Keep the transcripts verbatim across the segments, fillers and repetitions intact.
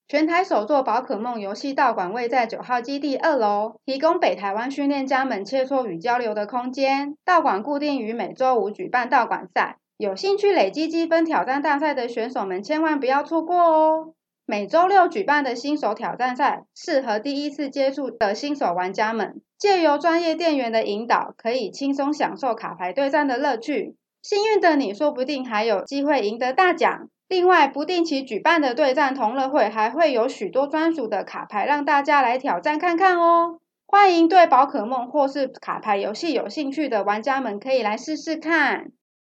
全台首座宝可梦游戏道馆位在九号基地二楼，提供北台湾训练家们切磋与交流的空间。道馆固定于每周五举办道馆赛，有兴趣累积积分挑战大赛的选手们千万不要错过哦。每周六举办的新手挑战赛，适合第一次接触的新手玩家们，借由专业店员的引导，可以轻松享受卡牌对战的乐趣。幸运的你说不定还有机会赢得大奖。另外，不定期举办的对战同乐会还会有许多专属的卡牌让大家来挑战看看哦。欢迎对宝可梦或是卡牌游戏有兴趣的玩家们可以来试试看。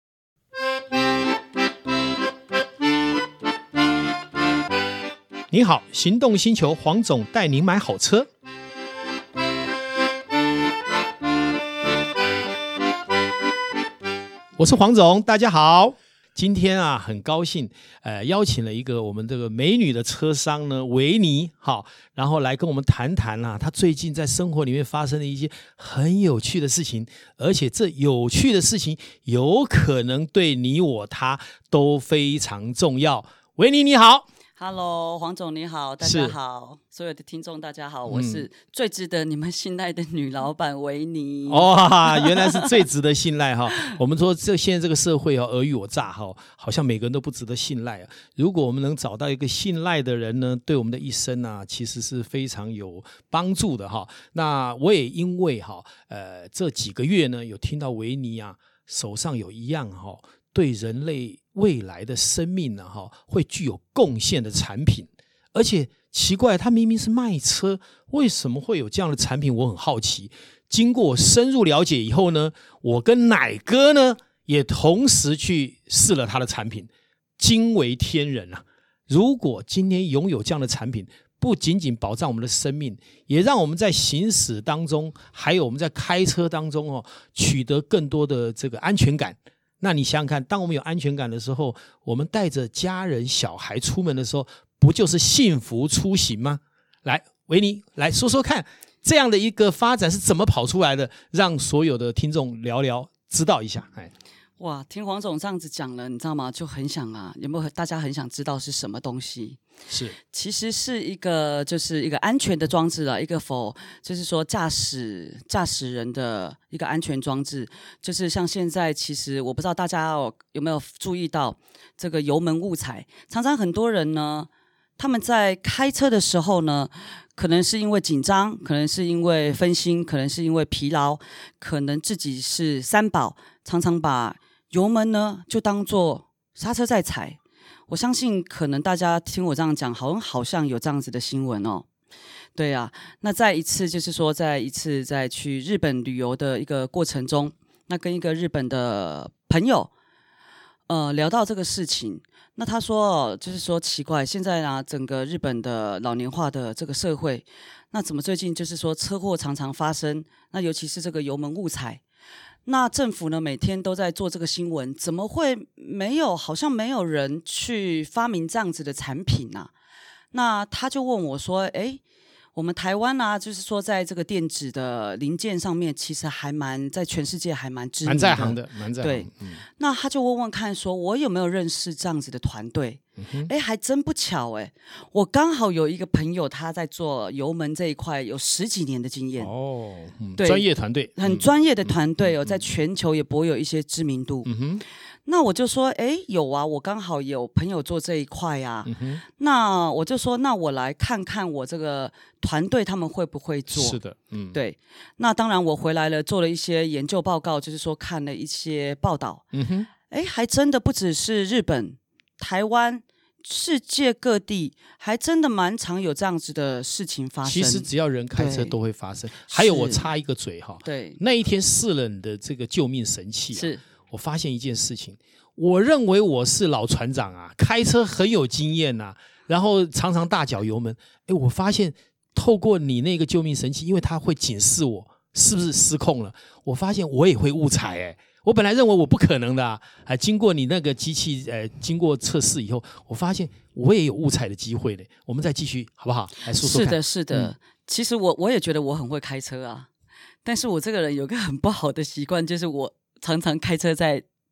你好，行动星球黄总带您买好车。我是黄总，大家好。今天啊，很高兴，呃，邀请了一个我们这个美女的车商呢，维尼，好，然后来跟我们谈谈啊，她最近在生活里面发生的一些很有趣的事情，而且这有趣的事情有可能对你我他都非常重要。维尼你好。 Hello， 黄总你好，大家好，所有的听众大家好，我是最值得你们信赖的女老板维尼。 哇、哦，原来是最值得信赖哈！我们说这现在这个社会哦，尔虞我诈哈，好像每个人都不值得信赖啊。如果我们能找到一个信赖的人呢，对我们的一生啊，其实是非常有帮助的哈。那我也因为哈，呃，这几个月呢，有听到维尼啊手上有一样哈，对人类未来的生命呢，哈，会具有贡献的产品，而且奇怪，他明明是卖车，为什么会有这样的产品？我很好奇。经过我深入了解以后呢，我跟奶哥呢也同时去试了他的产品，惊为天人啊！如果今天拥有这样的产品，不仅仅保障我们的生命，也让我们在行驶当中，还有我们在开车当中哦，取得更多的这个安全感。那你想想看，当我们有安全感的时候，我们带着家人小孩出门的时候，不就是幸福出行吗？来，维尼来说说看，这样的一个发展是怎么跑出来的，让所有的听众聊聊知道一下。哎， 哇，听黄总这样子讲了，你知道吗？就很想啊，有没有大家很想知道是什么东西？ 是， 其实是一个就是一个安全的装置了，一个 for 就是说驾驶驾驶人的一个安全装置，就是像现在其实我不知道大家有没有注意到这个油门误踩，常常很多人呢，他们在开车的时候呢，可能是因为紧张，可能是因为分心，可能是因为疲劳，可能自己是三宝，常常把油门呢就当作刹车在踩。我相信可能大家听我这样讲，好像好像有这样子的新闻哦。对啊，那在一次就是说，在一次在去日本旅游的一个过程中，那跟一个日本的朋友，呃，聊到这个事情，那他说，就是说奇怪，现在呢，整个日本的老年化的这个社会，那怎么最近就是说车祸常常发生？那尤其是这个油门误踩。那政府呢每天都在做这个新闻，怎么会没有好像没有人去发明这样子的产品啊？那他就问我说，诶，我们台湾啊，就是说在这个电子的零件上面其实还蛮在全世界还蛮知名的， 蛮在行的，蛮在行的。 对、嗯、那他就问问看说我有没有认识这样子的团队。哎、嗯，还真不巧哎，我刚好有一个朋友，他在做油门这一块有十几年的经验哦，嗯、 对， 专业团队， 很专业的团队哦，嗯、在全球也颇有一些知名度。嗯哼，那我就说，哎，有啊，我刚好有朋友做这一块啊。嗯哼，那我就说，那我来看看我这个团队他们会不会做。 是的，嗯， 对。那当然，我回来了，做了一些研究报告，就是说看了一些报道。嗯哼，哎，还真的不只是日本、台湾。世界各地还真的蛮常有这样子的事情发生。 其实只要人开车都会发生。还有我插一个嘴哈， 对， 那一天试了你的这个救命神器、啊， 是我发现一件事情，我认为我是老船长啊，开车很有经验啊，然后常常大脚油门。哎，我发现透过你那个救命神器，因为它会警示我是不是失控了，我发现我也会误踩哎。我本来认为我不可能的啊，啊经过你那个机器，呃，经过测试以后，我发现我也有误踩的机会的。我们再继续好不好？来说说看。 是的，是的。嗯、其实我我也觉得我很会开车啊，但是我这个人有个很不好的习惯，就是我常常开车在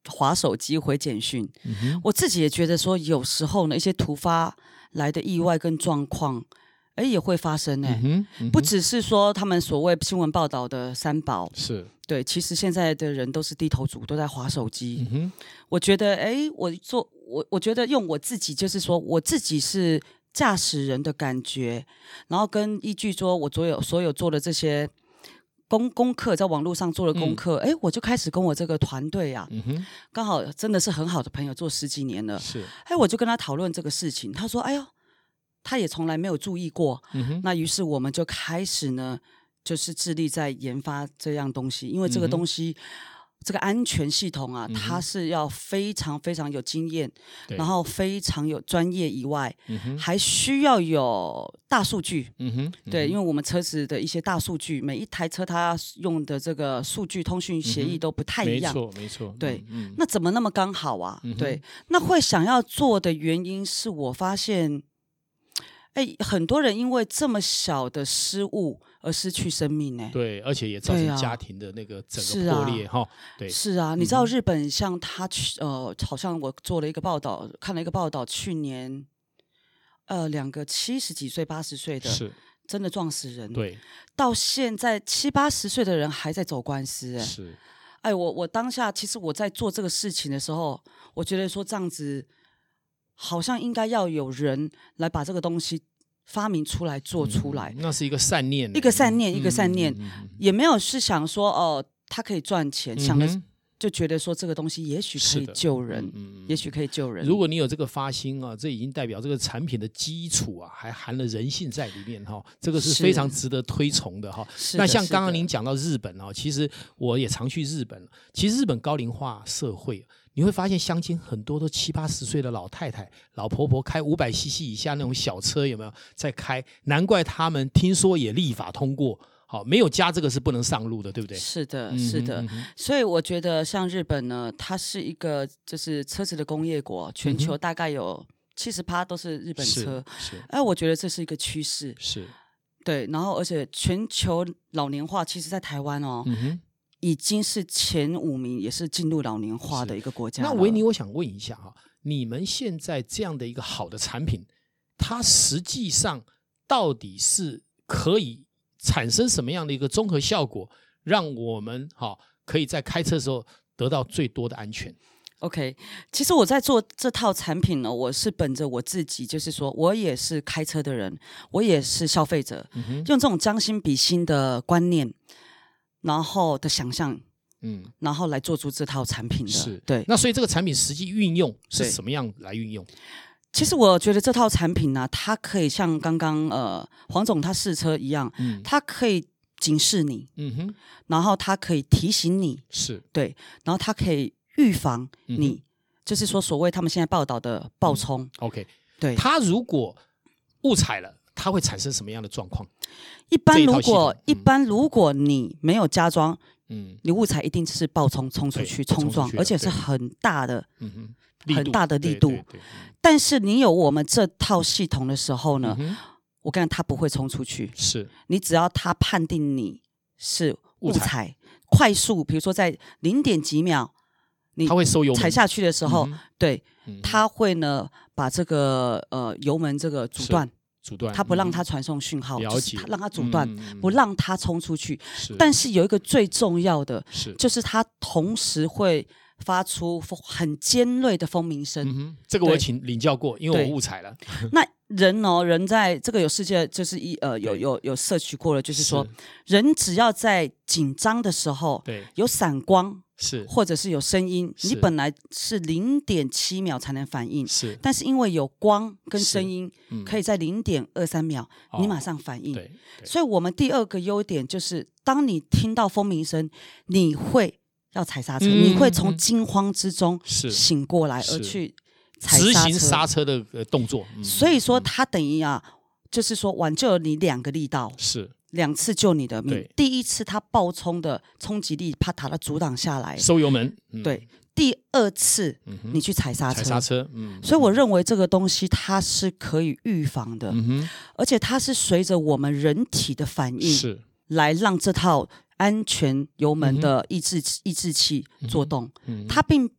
滑手机回简讯、 嗯， 我自己也觉得说，有时候呢，一些突发来的意外跟状况，哎，也会发生哎、 嗯嗯， 不只是说他们所谓新闻报道的三宝， 是对，其实现在的人都是低头族，都在滑手机。 嗯我觉得，哎，我做我我觉得用我自己，就是说我自己是驾驶人的感觉，然后跟依据说我所有所有做的这些功功课，在网络上做的功课，哎、嗯，我就开始跟我这个团队啊， 嗯哼， 刚好真的是很好的朋友，做十几年了， 是， 哎，我就跟他讨论这个事情，他说，哎呦，他也从来没有注意过， 嗯哼， 那于是我们就开始呢，就是致力在研发这样东西，因为这个东西。嗯，这个安全系统啊， 嗯、 它是要非常非常有经验，然后非常有专业以外， 嗯、 还需要有大数据。 嗯哼，嗯对，因为我们车子的一些大数据，每一台车它用的这个数据通讯协议都不太一样。 没错，没错。 对， 嗯， 那怎么那么刚好啊？ 嗯、 对，那会想要做的原因是我发现，哎，很多人因为这么小的失误而失去生命呢、欸。 对，而且也造成家庭的那个整个破裂哈、啊。对， 是啊，你知道日本像他去呃，好像我做了一个报道，看了一个报道，去年呃两个七十几岁、八十岁的， 是真的撞死人。 对， 到现在七八十岁的人还在走官司、欸。 是， 哎，我我当下其实我在做这个事情的时候，我觉得说这样子好像应该要有人来把这个东西发明出来做出来， 嗯、那是一个善念， 一个善念，一个善念， 嗯嗯嗯、 也没有是想说哦，他可以赚钱， 嗯、 想的就觉得说这个东西也许可以救人， 嗯、 也许可以救人。 如果你有这个发心啊，这已经代表这个产品的基础啊，还含了人性在里面哈、哦，这个是非常值得推崇的哈、哦。那像刚刚您讲到日本啊，其实我也常去日本，其实日本高龄化社会。你会发现乡亲很多都七八十岁的老太太、老婆婆开五百 C C 以下那种小车，有没有在开？难怪他们听说也立法通过，好，没有加这个是不能上路的，对不对？ 是的，是的。嗯、所以我觉得像日本呢，它是一个就是车子的工业国，全球大概有七十趴都是日本车。 是，是哎，我觉得这是一个趋势。 是， 对。然后，而且全球老年化，其实在台湾哦。 嗯已经是前五名，也是进入老年化的一个国家。 那维尼，我想问一下哈，你们现在这样的一个好的产品，它实际上到底是可以产生什么样的一个综合效果，让我们哈可以在开车的时候得到最多的安全？ OK， 其实我在做这套产品呢，我是本着我自己，就是说我也是开车的人，我也是消费者，嗯、用这种将心比心的观念。然后的想象，嗯，然后来做出这套产品的， 是对。 那所以这个产品实际运用是什么样来运用？ 其实我觉得这套产品呢、啊，它可以像刚刚呃黄总他试车一样，嗯，它可以警示你，嗯哼，然后它可以提醒你， 是对，然后它可以预防你， 嗯、 就是说所谓他们现在报道的爆冲、嗯、 ，OK， 对， 它如果误踩了。它会产生什么样的状况？ 一般如果、 嗯、 一般如果你没有加装， 嗯， 你误踩一定是爆冲冲出去冲撞，而且是很大的， 嗯哼，很大的力度。 对对对对， 但是你有我们这套系统的时候呢，嗯、我跟你讲，它不会冲出去。 是你只要它判定你是误踩，快速，比如说在零点几秒，你它会收油门踩下去的时候， 嗯、 对， 嗯、 它会呢把这个呃油门这个阻断。 阻断， 它不让它传送讯号， 了解， 就是、让它阻断， 嗯、 不让它冲出去。 是但是有一个最重要的， 是就是它同时会发出很尖锐的蜂鸣声。 嗯、这个我请领教过，因为我误踩了。 那人哦，人在这个有世界就是一呃有有有摄取过了，就是说是人只要在紧张的时候， 对， 有闪光。 是， 或者是有声音，你本来是零点七秒才能反应， 是， 但是因为有光跟声音， 嗯、 可以在零点二三秒、哦、你马上反应。 对， 所以我们第二个优点就是，当你听到蜂鸣声，你会要踩刹车， 嗯、 你会从惊慌之中醒过来，而去踩执行刹车的动作。 嗯、所以说，它等于啊，就是说挽救了你两个力道。 是。 两次救你的命，第一次它爆冲的冲击力，怕它的阻挡下来， 收油门。 嗯、对，第二次、嗯、你去踩刹车， 踩刹车。嗯， 所以我认为这个东西它是可以预防的， 嗯、 而且它是随着我们人体的反应， 是来让这套安全油门的抑制、嗯、抑制器做动。 嗯、 它并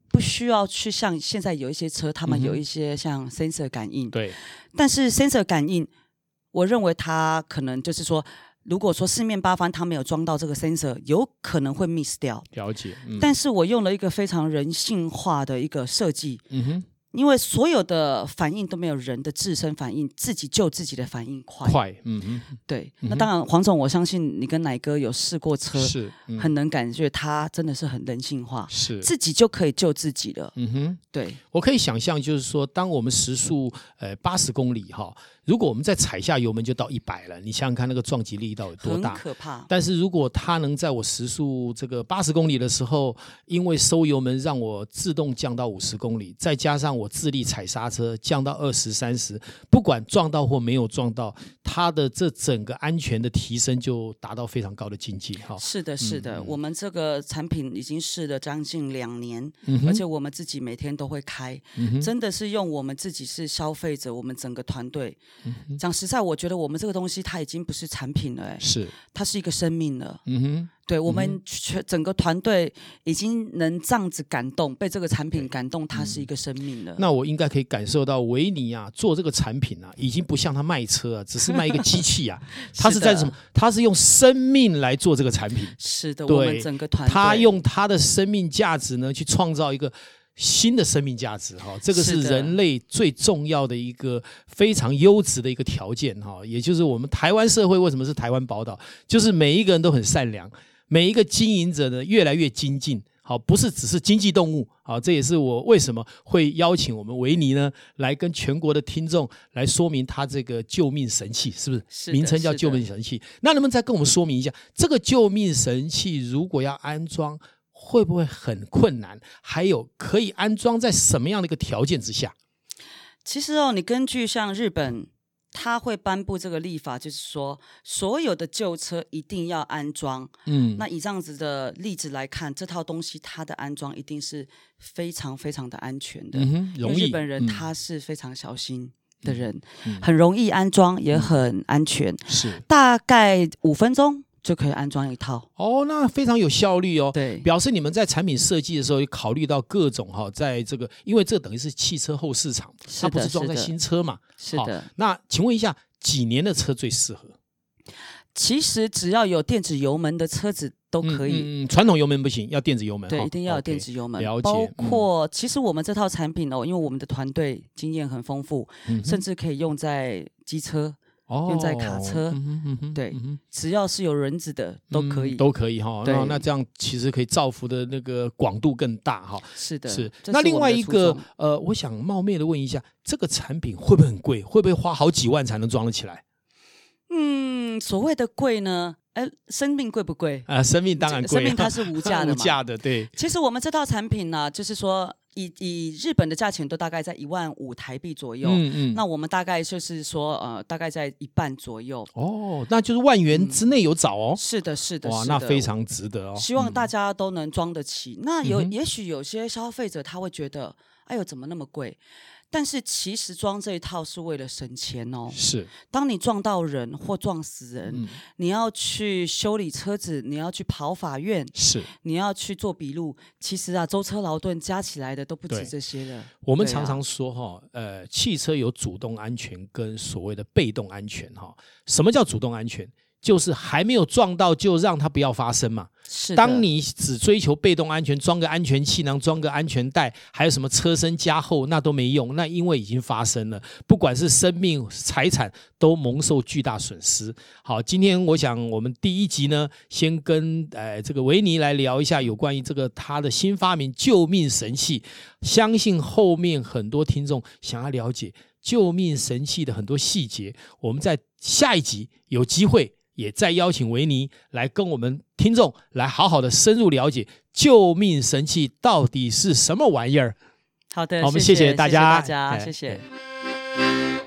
不需要去像现在有一些车，他们有一些像 sensor 感应， 对， 但是 sensor 感应，我认为它可能就是说，如果说四面八方它没有装到这个 sensor， 有可能会 miss 掉。 了解。嗯、 但是我用了一个非常人性化的一个设计， 嗯哼， 因为所有的反应都没有人的自身反应，自己救自己的反应快。 快，嗯哼， 对。 嗯、 那当然，黄总，我相信你跟乃哥有试过车， 是、嗯、 很能感觉他真的是很人性化， 是自己就可以救自己了。 嗯哼， 对， 我可以想象，就是说，当我们时速呃八十公里哈，如果我们再踩下油门就到一百了，你想想看那个撞击力道有多大， 很可怕。 但是如果它能在我时速这个八十公里的时候，因为收油门让我自动降到五十公里，再加上我自力踩刹车降到二十、三十，不管撞到或没有撞到，它的这整个安全的提升就达到非常高的境界哈。 是的，是的，嗯、我们这个产品已经试了将近两年， 嗯、 而且我们自己每天都会开， 嗯、 真的是用我们自己是消费者，我们整个团队。 嗯、 讲实在，我觉得我们这个东西它已经不是产品了， 是， 它是一个生命了。 嗯哼。 对，我们全整个团队已经能这样子感动，被这个产品感动，它是一个生命了。 嗯、那我应该可以感受到维尼啊做这个产品啊，已经不像他卖车啊，只是卖一个机器啊，他是在什么？他是用生命来做这个产品。 是的，我们整个团队， 他用他的生命价值呢，去创造一个新的生命价值哈，这个是人类最重要的一个非常优质的一个条件哈，也就是我们台湾社会为什么是台湾宝岛，就是每一个人都很善良。每一个经营者呢，越来越精进，好，不是只是经济动物，好，这也是我为什么会邀请我们维尼呢，来跟全国的听众来说明他这个救命神器，是不是？ 是名称叫救命神器。那能不能再跟我们说明一下，这个救命神器如果要安装，会不会很困难？还有可以安装在什么样的一个条件之下？ 其实哦，你根据像日本。他会颁布这个立法，就是说所有的旧车一定要安装。嗯，那以这样子的例子来看，这套东西它的安装一定是非常非常的安全的。 嗯哼，容易。 因为日本人他是非常小心的人，嗯嗯、很容易安装，也很安全。 嗯、是， 大概五分钟就可以安装一套哦，那非常有效率哦。 对， 表示你们在产品设计的时候，考虑到各种哈，在这个，因为这等于是汽车后市场，它不是装在新车嘛。 是的。 那请问一下，几年的车最适合？ 其实只要有电子油门的车子都可以。 嗯，传统油门不行，要电子油门。 对，一定要有电子油门。 了解。 包括、嗯、其实我们这套产品哦，因为我们的团队经验很丰富，嗯、甚至可以用在机车。哦、用在卡车，嗯嗯嗯、对、嗯，只要是有轮子的都可以， 嗯、都可以哈。那那这样其实可以造福的那个广度更大哈。 是的， 是。那另外一个呃，我想冒昧的问一下，这个产品会不会很贵？会不会花好几万才能装得起来？ 嗯，所谓的贵呢，哎，生命贵不贵？ 啊、呃，生命当然贵， 生命它是无价的嘛， 无价的，对。 其实我们这套产品呢，就是说。以以日本的价钱都大概在一万五台币左右，嗯嗯，那我们大概就是说，呃，大概在一半左右。 哦，那就是万元之内有找哦。 嗯、是的，是的， 哇， 是的， 那非常值得哦。 希望大家都能装得起。 嗯、 那有，也许有些消费者他会觉得，哎呦，怎么那么贵？但是其实装这一套是为了省钱哦。 是， 当你撞到人或撞死人，嗯、你要去修理车子，你要去跑法院， 是， 你要去做笔录，其实啊，舟车劳顿加起来的都不止这些了。 我们常常说哈，呃，汽车有主动安全跟所谓的被动安全哈。什么叫主动安全？就是还没有撞到就让它不要发生嘛。 是， 当你只追求被动安全，装个安全气囊，装个安全带，还有什么车身加厚，那都没用。那因为已经发生了，不管是生命、财产都蒙受巨大损失。好，今天我想我们第一集呢，先跟呃这个维尼来聊一下有关于这个他的新发明救命神器。相信后面很多听众想要了解救命神器的很多细节，我们在下一集有机会。也再邀请维尼来跟我们听众来好好的深入了解救命神器到底是什么玩意儿。 好的， 好，我们谢谢大家， 谢谢大家，谢谢。